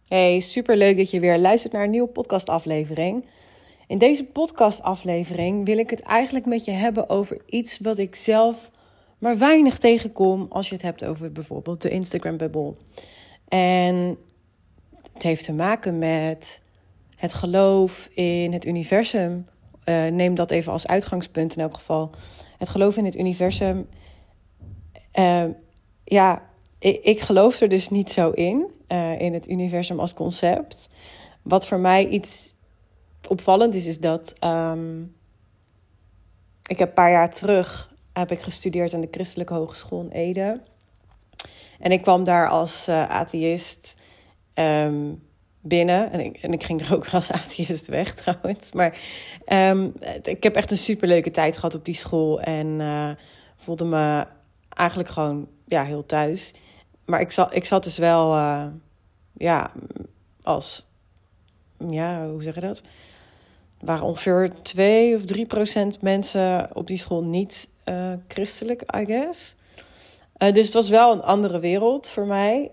Hey, superleuk dat je weer luistert naar een nieuwe podcastaflevering. In deze podcastaflevering wil ik het eigenlijk met je hebben over iets wat ik zelf maar weinig tegenkom als je het hebt over bijvoorbeeld de Instagram-bubbel. En het heeft te maken met het geloof in het universum. Neem dat even als uitgangspunt in elk geval. Het geloof in het universum. Ik geloof er dus niet zo in het universum als concept. Wat voor mij iets opvallend is dat ik heb een paar jaar terug heb ik gestudeerd aan de Christelijke Hogeschool in Ede. En ik kwam daar als atheïst binnen. En ik ging er ook als atheïst weg trouwens. Maar ik heb echt een superleuke tijd gehad op die school. En voelde me eigenlijk gewoon heel thuis. Maar ik zat dus wel hoe zeg je dat? Er waren ongeveer 2 of 3% mensen op die school niet christelijk, I guess. Dus het was wel een andere wereld voor mij.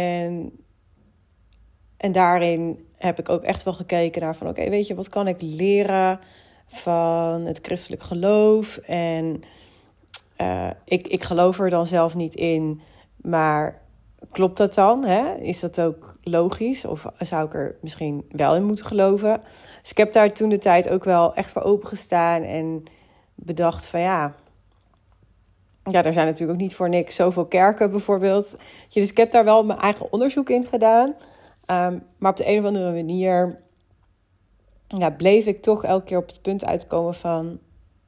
En daarin heb ik ook echt wel gekeken naar van... oké, weet je, wat kan ik leren van het christelijk geloof? En ik geloof er dan zelf niet in, maar klopt dat dan? Hè? Is dat ook logisch? Of zou ik er misschien wel in moeten geloven? Dus ik heb daar toen de tijd ook wel echt voor opengestaan en bedacht van ja, er zijn natuurlijk ook niet voor niks zoveel kerken bijvoorbeeld. Dus ik heb daar wel mijn eigen onderzoek in gedaan. Maar op de een of andere manier bleef ik toch elke keer op het punt uitkomen van...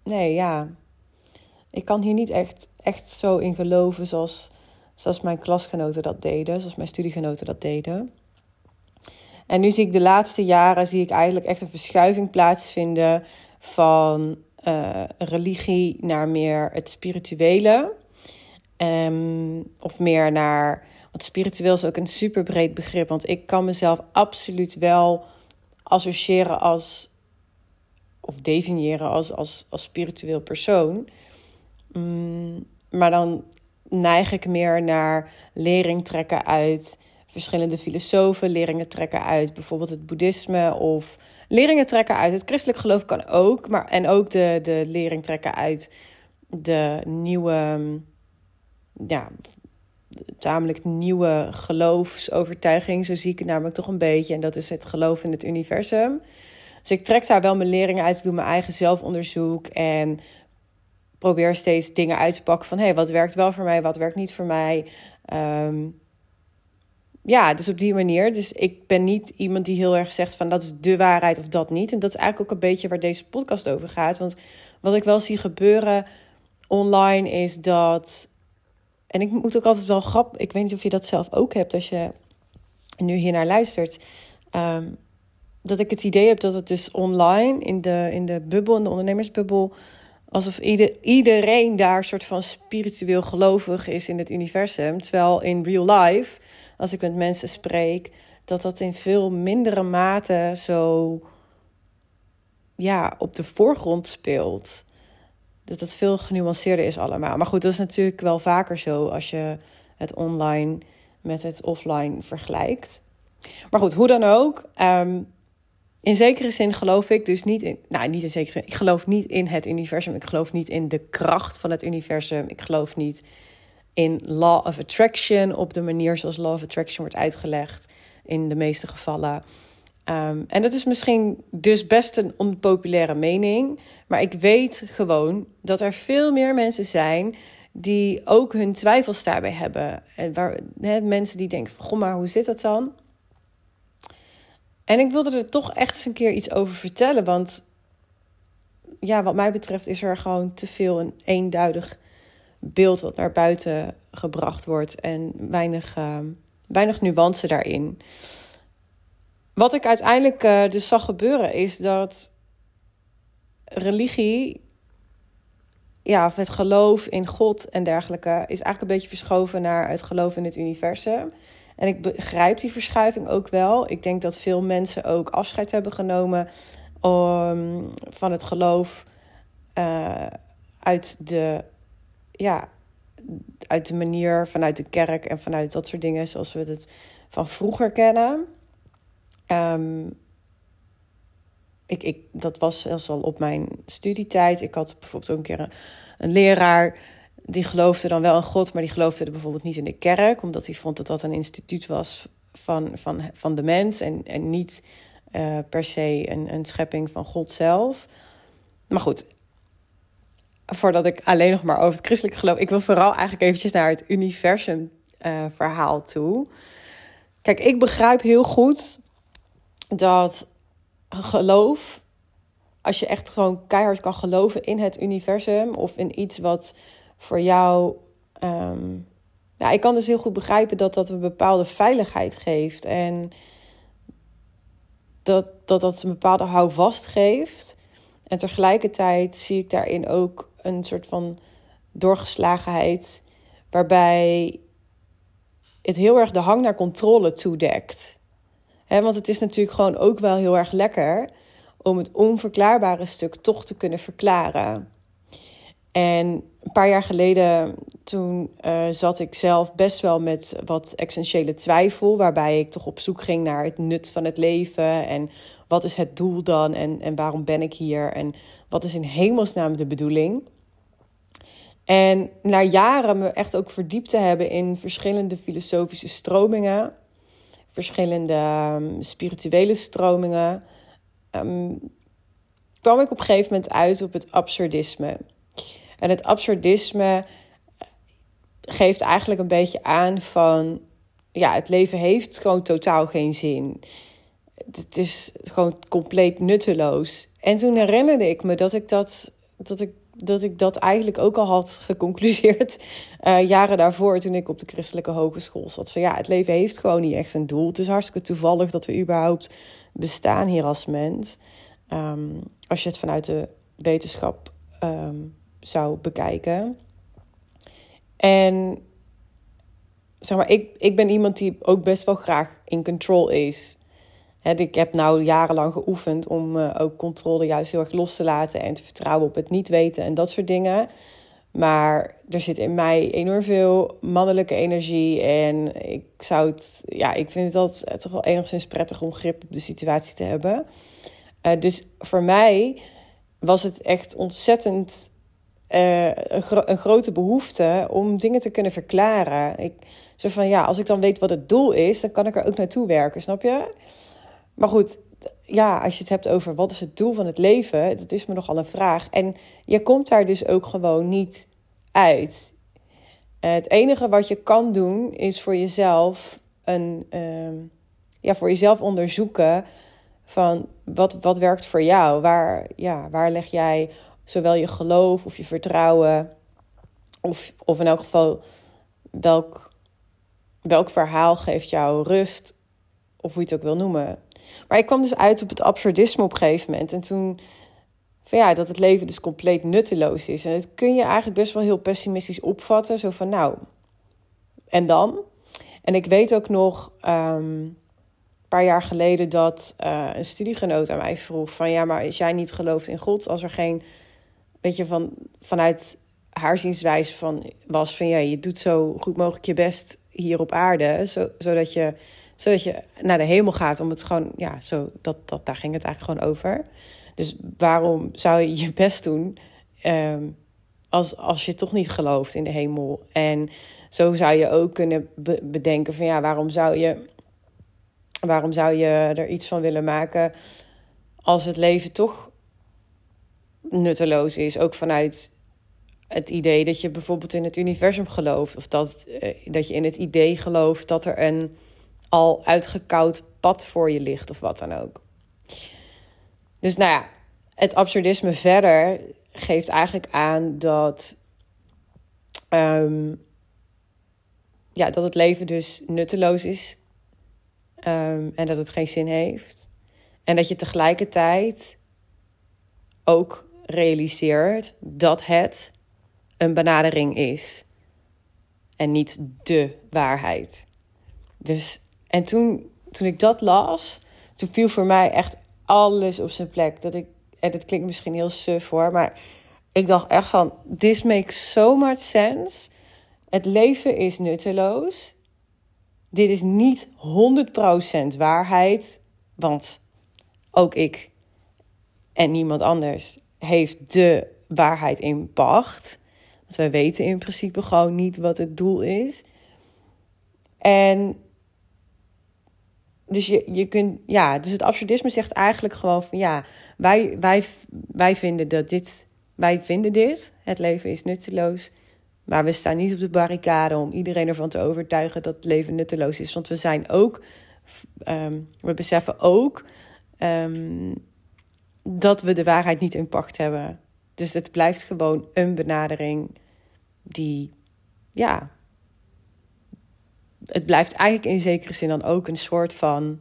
ik kan hier niet echt zo in geloven zoals mijn klasgenoten dat deden, zoals mijn studiegenoten dat deden. En nu zie ik de laatste jaren eigenlijk echt een verschuiving plaatsvinden van religie naar meer het spirituele. Of meer naar... Want spiritueel is ook een superbreed begrip. Want ik kan mezelf absoluut wel associëren of definiëren als spiritueel persoon. Maar dan neig ik meer naar lering trekken uit verschillende filosofen, leringen trekken uit bijvoorbeeld het boeddhisme of leringen trekken uit het christelijk geloof kan ook, en ook de lering trekken uit de nieuwe, tamelijk nieuwe geloofsovertuiging, zo zie ik het namelijk toch een beetje, en dat is het geloof in het universum. Dus ik trek daar wel mijn leringen uit, ik doe mijn eigen zelfonderzoek en probeer steeds dingen uit te pakken van... wat werkt wel voor mij, wat werkt niet voor mij. Dus op die manier. Dus ik ben niet iemand die heel erg zegt van... dat is de waarheid of dat niet. En dat is eigenlijk ook een beetje waar deze podcast over gaat. Want wat ik wel zie gebeuren online is dat... En ik moet ook altijd wel grappig... Ik weet niet of je dat zelf ook hebt als je nu hier naar luistert... dat ik het idee heb dat het dus online in de bubbel, in de ondernemersbubbel... alsof iedereen daar soort van spiritueel gelovig is in het universum. Terwijl in real life, als ik met mensen spreek... dat in veel mindere mate zo op de voorgrond speelt. Dat het veel genuanceerder is allemaal. Maar goed, dat is natuurlijk wel vaker zo als je het online met het offline vergelijkt. Maar goed, hoe dan ook... in zekere zin geloof ik dus niet in... niet in zekere zin. Ik geloof niet in het universum. Ik geloof niet in de kracht van het universum. Ik geloof niet in law of attraction... op de manier zoals law of attraction wordt uitgelegd... in de meeste gevallen. En dat is misschien dus best een onpopulaire mening... maar ik weet gewoon dat er veel meer mensen zijn... die ook hun twijfels daarbij hebben. En mensen die denken van... goh, maar hoe zit dat dan... En ik wilde er toch echt eens een keer iets over vertellen. Want wat mij betreft is er gewoon te veel een eenduidig beeld wat naar buiten gebracht wordt. En weinig nuance daarin. Wat ik uiteindelijk dus zag gebeuren is dat religie... of het geloof in God en dergelijke... is eigenlijk een beetje verschoven naar het geloof in het universum... En ik begrijp die verschuiving ook wel. Ik denk dat veel mensen ook afscheid hebben genomen van het geloof uit de manier, vanuit de kerk en vanuit dat soort dingen zoals we het van vroeger kennen. Dat was zelfs al op mijn studietijd. Ik had bijvoorbeeld ook een keer een leraar, die geloofde dan wel in God, maar die geloofde er bijvoorbeeld niet in de kerk, omdat hij vond dat dat een instituut was van de mens en niet per se een schepping van God zelf. Maar goed, voordat ik alleen nog maar over het christelijke geloof, ik wil vooral eigenlijk eventjes naar het universum verhaal toe. Kijk, ik begrijp heel goed dat geloof, als je echt gewoon keihard kan geloven in het universum of in iets wat voor jou, ik kan dus heel goed begrijpen dat een bepaalde veiligheid geeft en dat een bepaalde houvast geeft. En tegelijkertijd zie ik daarin ook een soort van doorgeslagenheid, waarbij het heel erg de hang naar controle toedekt. Want het is natuurlijk gewoon ook wel heel erg lekker om het onverklaarbare stuk toch te kunnen verklaren. En een paar jaar geleden, toen zat ik zelf best wel met wat essentiële twijfel, waarbij ik toch op zoek ging naar het nut van het leven en wat is het doel dan en waarom ben ik hier en wat is in hemelsnaam de bedoeling. En na jaren me echt ook verdiept te hebben in verschillende filosofische stromingen, verschillende spirituele stromingen, kwam ik op een gegeven moment uit op het absurdisme. En het absurdisme geeft eigenlijk een beetje aan van, het leven heeft gewoon totaal geen zin. Het is gewoon compleet nutteloos. En toen herinnerde ik me dat ik dat eigenlijk ook al had geconcludeerd jaren daarvoor, toen ik op de christelijke hogeschool zat. Van het leven heeft gewoon niet echt een doel. Het is hartstikke toevallig dat we überhaupt bestaan hier als mens. Als je het vanuit de wetenschap zou bekijken. En zeg maar, ik ben iemand die ook best wel graag in control is. Ik heb nou jarenlang geoefend om ook controle juist heel erg los te laten en te vertrouwen op het niet weten en dat soort dingen. Maar er zit in mij enorm veel mannelijke energie en ik vind het altijd toch wel enigszins prettig om grip op de situatie te hebben. Dus voor mij was het echt ontzettend een grote behoefte om dingen te kunnen verklaren. Als ik dan weet wat het doel is, dan kan ik er ook naartoe werken, snap je? Maar goed, als je het hebt over wat is het doel van het leven, dat is me nogal een vraag. En je komt daar dus ook gewoon niet uit. Het enige wat je kan doen is voor jezelf voor jezelf onderzoeken van wat werkt voor jou. Waar leg jij zowel je geloof of je vertrouwen of in elk geval welk verhaal geeft jou rust of hoe je het ook wil noemen. Maar ik kwam dus uit op het absurdisme op een gegeven moment. En toen dat het leven dus compleet nutteloos is. En dat kun je eigenlijk best wel heel pessimistisch opvatten. Zo van en dan? En ik weet ook nog een paar jaar geleden dat een studiegenoot aan mij vroeg van maar als jij niet gelooft in God, als er geen, vanuit haar zienswijze was van je doet zo goed mogelijk je best hier op aarde, zodat je naar de hemel gaat, om het gewoon, daar ging het eigenlijk gewoon over. Dus waarom zou je je best doen als je toch niet gelooft in de hemel? En zo zou je ook kunnen bedenken van waarom zou je er iets van willen maken als het leven toch nutteloos is? Ook vanuit het idee dat je bijvoorbeeld in het universum gelooft, of dat je in het idee gelooft dat er een al uitgekoud pad voor je ligt of wat dan ook. Dus het absurdisme verder geeft eigenlijk aan dat dat het leven dus nutteloos is en dat het geen zin heeft. En dat je tegelijkertijd ook realiseert dat het een benadering is en niet de waarheid. Dus, en toen ik dat las, toen viel voor mij echt alles op zijn plek. En dat klinkt misschien heel suf hoor, maar ik dacht echt van, this makes so much sense. Het leven is nutteloos. Dit is niet 100% waarheid. Want ook ik en niemand anders heeft de waarheid in pacht. Want wij weten in principe gewoon niet wat het doel is. En dus je kunt, dus het absurdisme zegt eigenlijk gewoon van wij vinden dit, het leven is nutteloos. Maar we staan niet op de barricade om iedereen ervan te overtuigen dat het leven nutteloos is. Want we beseffen ook dat we de waarheid niet in pacht hebben. Dus het blijft gewoon een benadering die, het blijft eigenlijk in zekere zin dan ook een soort van,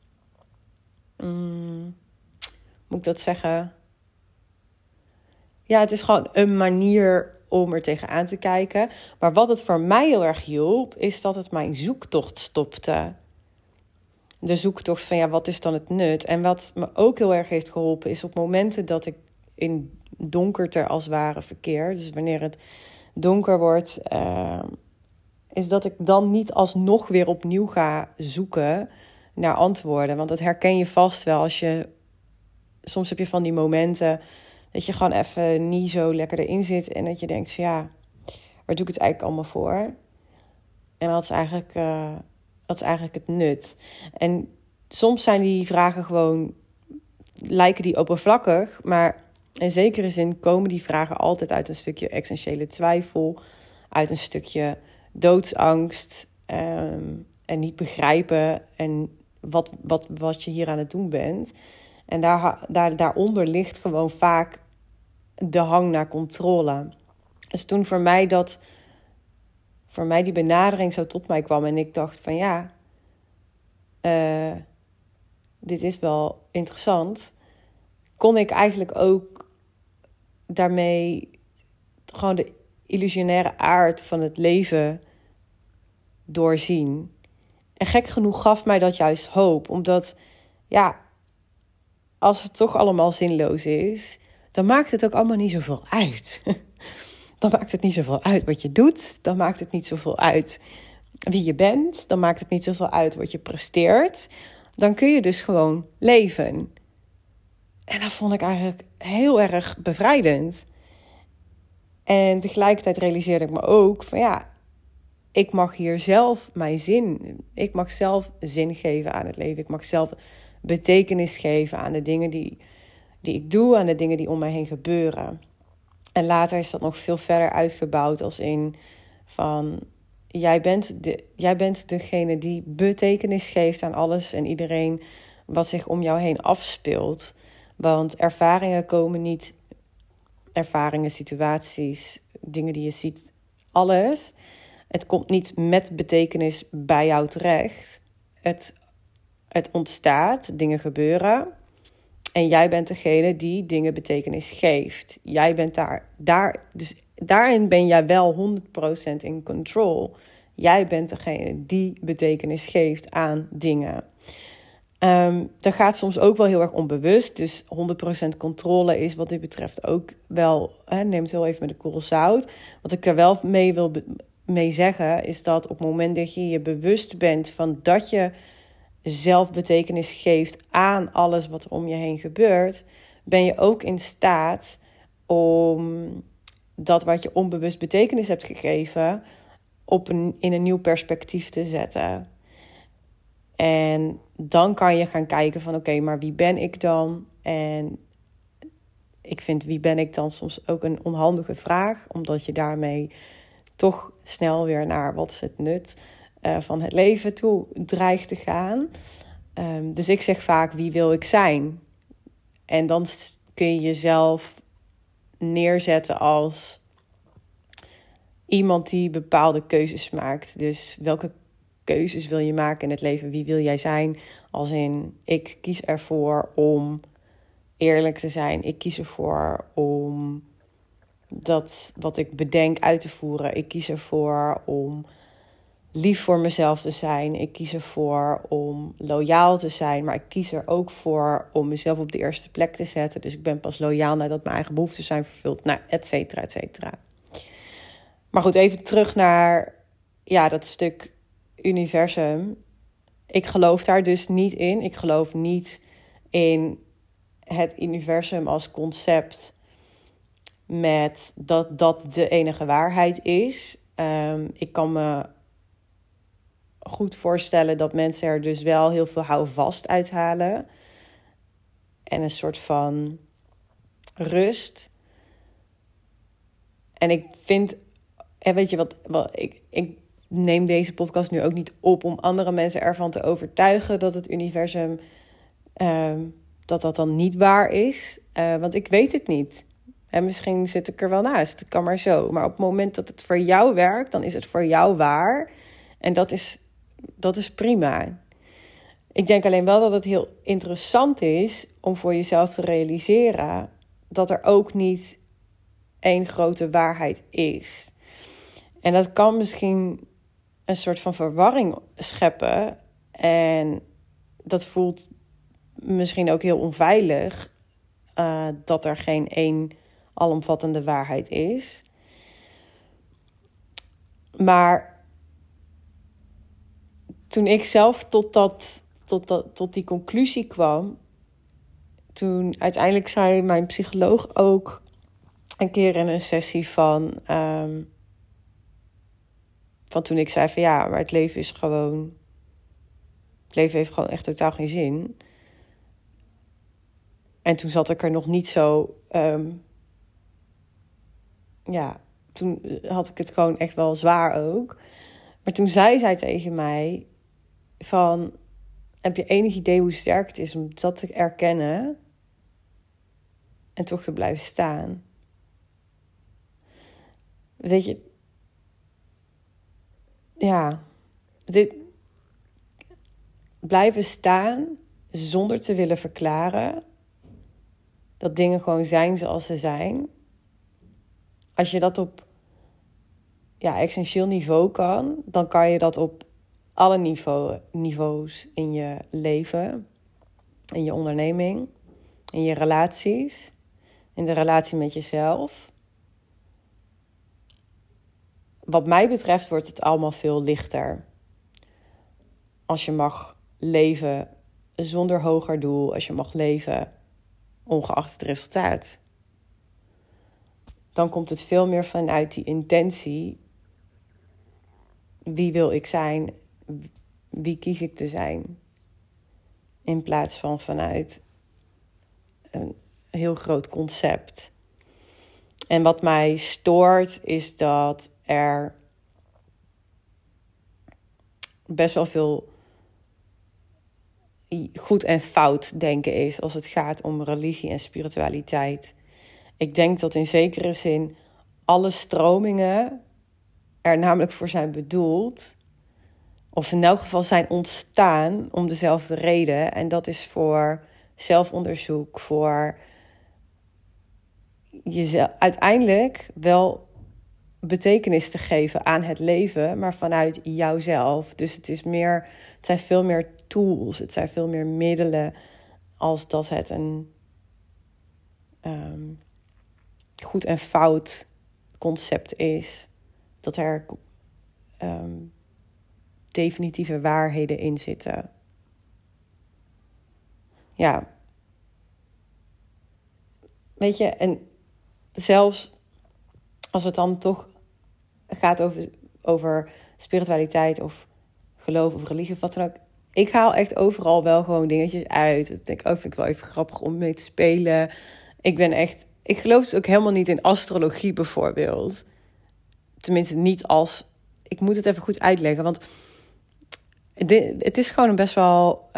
moet ik dat zeggen? Ja, het is gewoon een manier om er tegenaan te kijken. Maar wat het voor mij heel erg hielp, is dat het mijn zoektocht stopte. De zoektocht van wat is dan het nut? En wat me ook heel erg heeft geholpen, is op momenten dat ik in donkerte als het ware verkeer. Dus wanneer het donker wordt, is dat ik dan niet alsnog weer opnieuw ga zoeken naar antwoorden. Want dat herken je vast wel als je, soms heb je van die momenten dat je gewoon even niet zo lekker erin zit en dat je denkt van waar doe ik het eigenlijk allemaal voor? En wat is eigenlijk het nut? En soms zijn die vragen gewoon, lijken die oppervlakkig, maar in zekere zin komen die vragen altijd uit een stukje essentiële twijfel, uit een stukje doodsangst en niet begrijpen en wat je hier aan het doen bent. En daaronder ligt gewoon vaak de hang naar controle. Dus toen voor mij die benadering zo tot mij kwam en ik dacht van dit is wel interessant, kon ik eigenlijk ook daarmee gewoon de illusionaire aard van het leven doorzien. En gek genoeg gaf mij dat juist hoop, omdat als het toch allemaal zinloos is, dan maakt het ook allemaal niet zoveel uit. Dan maakt het niet zoveel uit wat je doet. Dan maakt het niet zoveel uit wie je bent. Dan maakt het niet zoveel uit wat je presteert. Dan kun je dus gewoon leven. En dat vond ik eigenlijk heel erg bevrijdend. En tegelijkertijd realiseerde ik me ook van ik mag hier zelf ik mag zelf zin geven aan het leven. Ik mag zelf betekenis geven aan de dingen die ik doe, aan de dingen die om mij heen gebeuren. En later is dat nog veel verder uitgebouwd als in van jij bent degene die betekenis geeft aan alles en iedereen wat zich om jou heen afspeelt. Want ervaringen, situaties, dingen die je ziet, alles. Het komt niet met betekenis bij jou terecht. Het ontstaat, dingen gebeuren. En jij bent degene die dingen betekenis geeft. Jij bent dus daarin ben jij wel 100% in control. Jij bent degene die betekenis geeft aan dingen. Dat gaat soms ook wel heel erg onbewust. Dus 100% controle is wat dit betreft ook wel, neem het heel even met een korrel zout. Wat ik er wel mee zeggen is dat op het moment dat je je bewust bent van dat je zelf betekenis geeft aan alles wat er om je heen gebeurt, ben je ook in staat om dat wat je onbewust betekenis hebt gegeven in een nieuw perspectief te zetten. En dan kan je gaan kijken van oké, maar wie ben ik dan? En ik vind wie ben ik dan soms ook een onhandige vraag, omdat je daarmee toch snel weer naar wat is het nut van het leven toe dreigt te gaan. Dus ik zeg vaak, wie wil ik zijn? En dan kun je jezelf neerzetten als iemand die bepaalde keuzes maakt. Dus welke keuzes wil je maken in het leven? Wie wil jij zijn? Als in, ik kies ervoor om eerlijk te zijn. Ik kies ervoor om dat wat ik bedenk uit te voeren. Ik kies ervoor om lief voor mezelf te zijn. Ik kies ervoor om loyaal te zijn. Maar ik kies er ook voor om mezelf op de eerste plek te zetten. Dus ik ben pas loyaal nadat mijn eigen behoeften zijn vervuld. Nou, et cetera, et cetera. Maar goed, even terug naar dat stuk universum. ik geloof daar dus niet in. Ik geloof niet in het universum als concept met dat de enige waarheid is. Ik kan me goed voorstellen dat mensen er dus wel heel veel houvast uithalen. En een soort van rust. En ik vind, en weet je wat ik neem deze podcast nu ook niet op om andere mensen ervan te overtuigen dat het universum, dat dan niet waar is. Want ik weet het niet. En misschien zit ik er wel naast. Het kan maar zo. Maar op het moment dat het voor jou werkt, dan is het voor jou waar. En dat is prima. Ik denk alleen wel dat het heel interessant is om voor jezelf te realiseren dat er ook niet één grote waarheid is. En dat kan misschien een soort van verwarring scheppen. En dat voelt misschien ook heel onveilig, dat er geen één alomvattende waarheid is. Maar toen ik zelf tot die conclusie kwam, toen uiteindelijk zei mijn psycholoog ook een keer in een sessie van toen ik zei van ja, maar het leven is gewoon, het leven heeft gewoon echt totaal geen zin. En toen zat ik er nog niet zo, toen had ik het gewoon echt wel zwaar ook. Maar toen zei zij tegen mij van, heb je enig idee hoe sterk het is om dat te erkennen en toch te blijven staan? Weet je, ja, dit blijven staan zonder te willen verklaren dat dingen gewoon zijn zoals ze zijn. Als je dat op essentieel niveau kan, dan kan je dat op alle niveaus in je leven, in je onderneming, in je relaties, in de relatie met jezelf. Wat mij betreft wordt het allemaal veel lichter. Als je mag leven zonder hoger doel, als je mag leven ongeacht het resultaat, dan komt het veel meer vanuit die intentie. Wie wil ik zijn? Wie kies ik te zijn? In plaats van vanuit een heel groot concept. En wat mij stoort is dat er best wel veel goed en fout denken is als het gaat om religie en spiritualiteit. Ik denk dat in zekere zin alle stromingen er namelijk voor zijn bedoeld, of in elk geval zijn ontstaan om dezelfde reden. En dat is voor zelfonderzoek, voor jezelf uiteindelijk wel betekenis te geven aan het leven, maar vanuit jouzelf. Dus het zijn veel meer tools, het zijn veel meer middelen als dat het een goed en fout concept is. Dat er definitieve waarheden in zitten. Ja. Weet je, en zelfs als het dan toch gaat over spiritualiteit of geloof of religie of wat dan ook. Ik haal echt overal wel gewoon dingetjes uit. Ik denk, vind ik wel even grappig om mee te spelen. Ik geloof dus ook helemaal niet in astrologie bijvoorbeeld. Tenminste niet als, ik moet het even goed uitleggen, want het is gewoon een best wel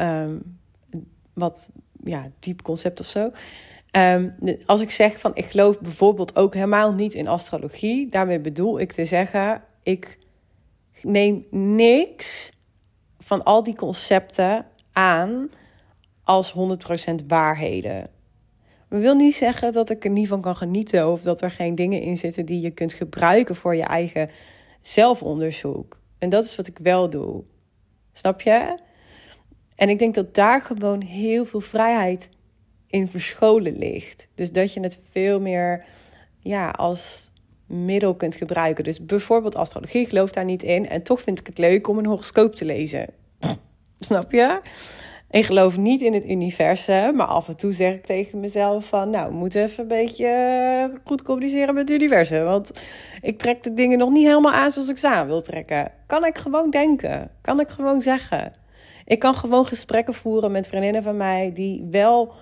diep concept of zo. Als ik zeg van ik geloof bijvoorbeeld ook helemaal niet in astrologie, daarmee bedoel ik te zeggen, ik neem niks van al die concepten aan als 100% waarheden. Dat wil niet zeggen dat ik er niet van kan genieten of dat er geen dingen in zitten die je kunt gebruiken voor je eigen zelfonderzoek. En dat is wat ik wel doe. Snap je? En ik denk dat daar gewoon heel veel vrijheid in verscholen ligt. Dus dat je het veel meer als middel kunt gebruiken. Dus bijvoorbeeld astrologie, ik geloof daar niet in. En toch vind ik het leuk om een horoscoop te lezen. Snap je? Ik geloof niet in het universum, maar af en toe zeg ik tegen mezelf van, nou, we moeten even een beetje goed communiceren met het universum. Want ik trek de dingen nog niet helemaal aan zoals ik ze aan wil trekken. Kan ik gewoon denken? Kan ik gewoon zeggen? Ik kan gewoon gesprekken voeren met vriendinnen van mij die wel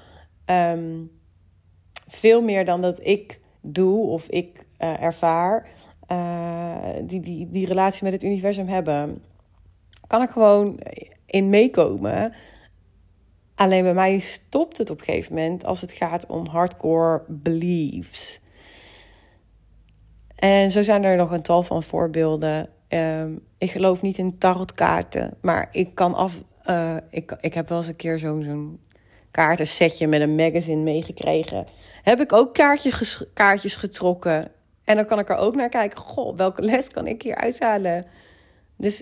veel meer dan dat ik doe of ik ervaar, die relatie met het universum hebben. Kan ik gewoon in meekomen. Alleen bij mij stopt het op een gegeven moment als het gaat om hardcore beliefs. En zo zijn er nog een tal van voorbeelden. Ik geloof niet in tarotkaarten, maar ik kan ik heb wel eens een keer zo'n kaartensetje met een magazine meegekregen. Heb ik ook kaartjes getrokken. En dan kan ik er ook naar kijken. Goh, welke les kan ik hier uithalen? Dus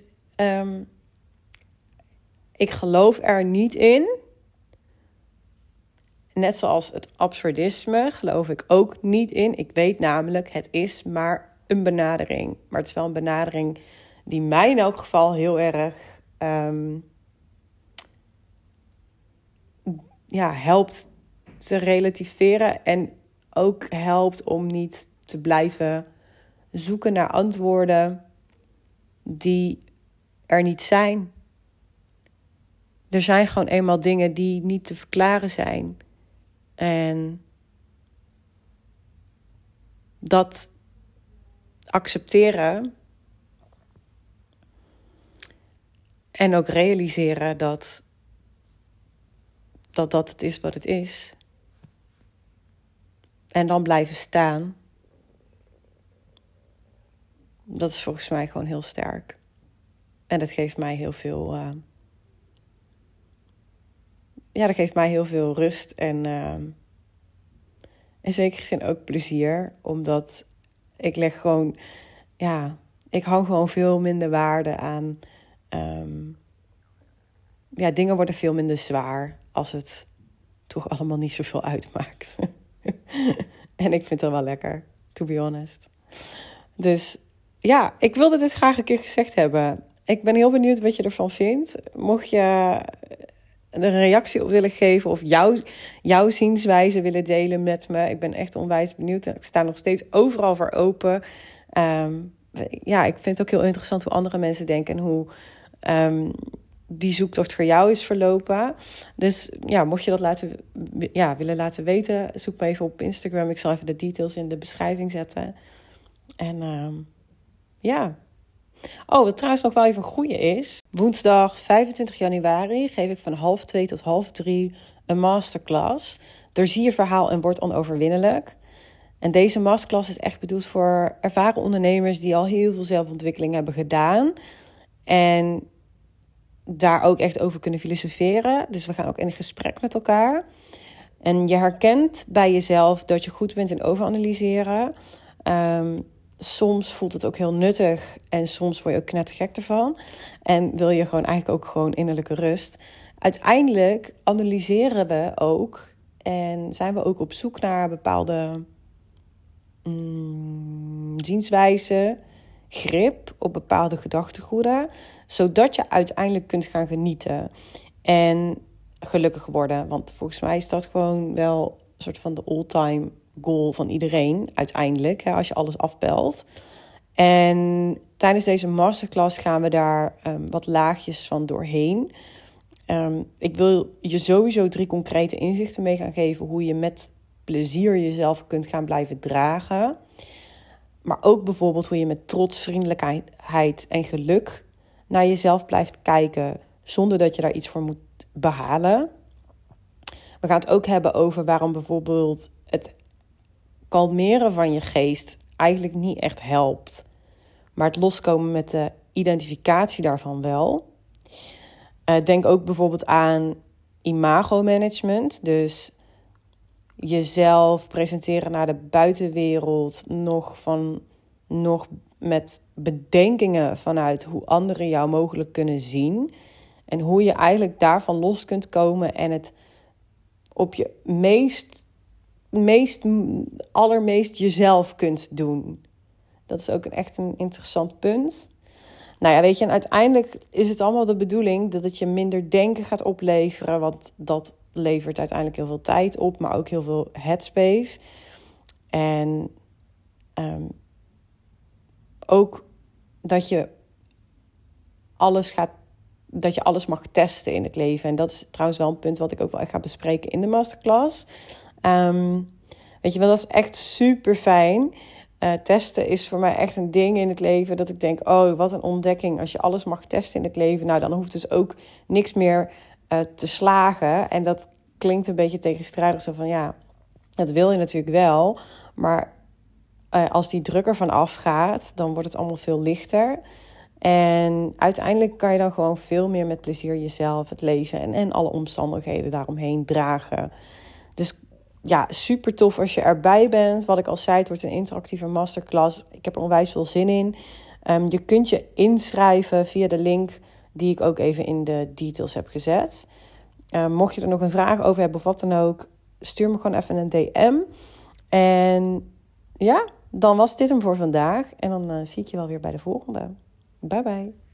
ik geloof er niet in. Net zoals het absurdisme geloof ik ook niet in. Ik weet namelijk, het is maar een benadering. Maar het is wel een benadering die mij in elk geval heel erg helpt te relativeren. En ook helpt om niet te blijven zoeken naar antwoorden die er niet zijn. Er zijn gewoon eenmaal dingen die niet te verklaren zijn. En dat accepteren en ook realiseren dat het is wat het is. En dan blijven staan. Dat is volgens mij gewoon heel sterk. En dat geeft mij heel veel dat geeft mij heel veel rust en in zekere zin ook plezier. Omdat ik ik hou gewoon veel minder waarde aan. Dingen worden veel minder zwaar als het toch allemaal niet zoveel uitmaakt. En ik vind het wel lekker, to be honest. Dus ja, ik wilde dit graag een keer gezegd hebben. Ik ben heel benieuwd wat je ervan vindt. Mocht je er een reactie op willen geven of jouw zienswijze willen delen met me. Ik ben echt onwijs benieuwd. Ik sta nog steeds overal voor open. Ik vind het ook heel interessant hoe andere mensen denken en hoe die zoektocht voor jou is verlopen. Dus ja, mocht je dat willen laten weten, zoek me even op Instagram. Ik zal even de details in de beschrijving zetten. En Oh, wat trouwens nog wel even een goeie is. Woensdag 25 januari geef ik van 12:30 tot 14:30 een masterclass. Doorzie je verhaal en word onoverwinnelijk. En deze masterclass is echt bedoeld voor ervaren ondernemers die al heel veel zelfontwikkeling hebben gedaan. En daar ook echt over kunnen filosoferen. Dus we gaan ook in gesprek met elkaar. En je herkent bij jezelf dat je goed bent in overanalyseren. Soms voelt het ook heel nuttig en soms word je ook knettergek ervan. En wil je gewoon eigenlijk ook gewoon innerlijke rust. Uiteindelijk analyseren we ook en zijn we ook op zoek naar bepaalde zienswijzen, grip op bepaalde gedachtegoeden, zodat je uiteindelijk kunt gaan genieten en gelukkig worden. Want volgens mij is dat gewoon wel een soort van de all-time goal van iedereen uiteindelijk, hè, als je alles afpelt. En tijdens deze masterclass gaan we daar wat laagjes van doorheen. Ik wil je sowieso 3 concrete inzichten mee gaan geven hoe je met plezier jezelf kunt gaan blijven dragen. Maar ook bijvoorbeeld hoe je met trots, vriendelijkheid en geluk naar jezelf blijft kijken zonder dat je daar iets voor moet behalen. We gaan het ook hebben over waarom bijvoorbeeld het kalmeren van je geest eigenlijk niet echt helpt. Maar het loskomen met de identificatie daarvan wel. Denk ook bijvoorbeeld aan imagomanagement. Dus jezelf presenteren naar de buitenwereld nog met bedenkingen vanuit hoe anderen jou mogelijk kunnen zien. En hoe je eigenlijk daarvan los kunt komen en het op je allermeest jezelf kunt doen. Dat is ook echt een interessant punt. Nou ja, weet je, en uiteindelijk is het allemaal de bedoeling dat het je minder denken gaat opleveren. Want dat levert uiteindelijk heel veel tijd op, maar ook heel veel headspace. En ook dat je alles mag testen in het leven. En dat is trouwens wel een punt wat ik ook wel echt ga bespreken in de masterclass. Weet je wel, dat is echt super fijn. Testen is voor mij echt een ding in het leven. Dat ik denk, oh, wat een ontdekking. Als je alles mag testen in het leven. Nou, dan hoeft dus ook niks meer te slagen. En dat klinkt een beetje tegenstrijdig. Zo van, ja, dat wil je natuurlijk wel. Maar als die druk ervan afgaat, dan wordt het allemaal veel lichter. En uiteindelijk kan je dan gewoon veel meer met plezier jezelf, het leven en alle omstandigheden daaromheen dragen. Dus ja, super tof als je erbij bent. Wat ik al zei, het wordt een interactieve masterclass. Ik heb er onwijs veel zin in. Je kunt je inschrijven via de link die ik ook even in de details heb gezet. Mocht je er nog een vraag over hebben of wat dan ook, stuur me gewoon even een DM. En ja, dan was dit hem voor vandaag. En dan zie ik je wel weer bij de volgende. Bye bye.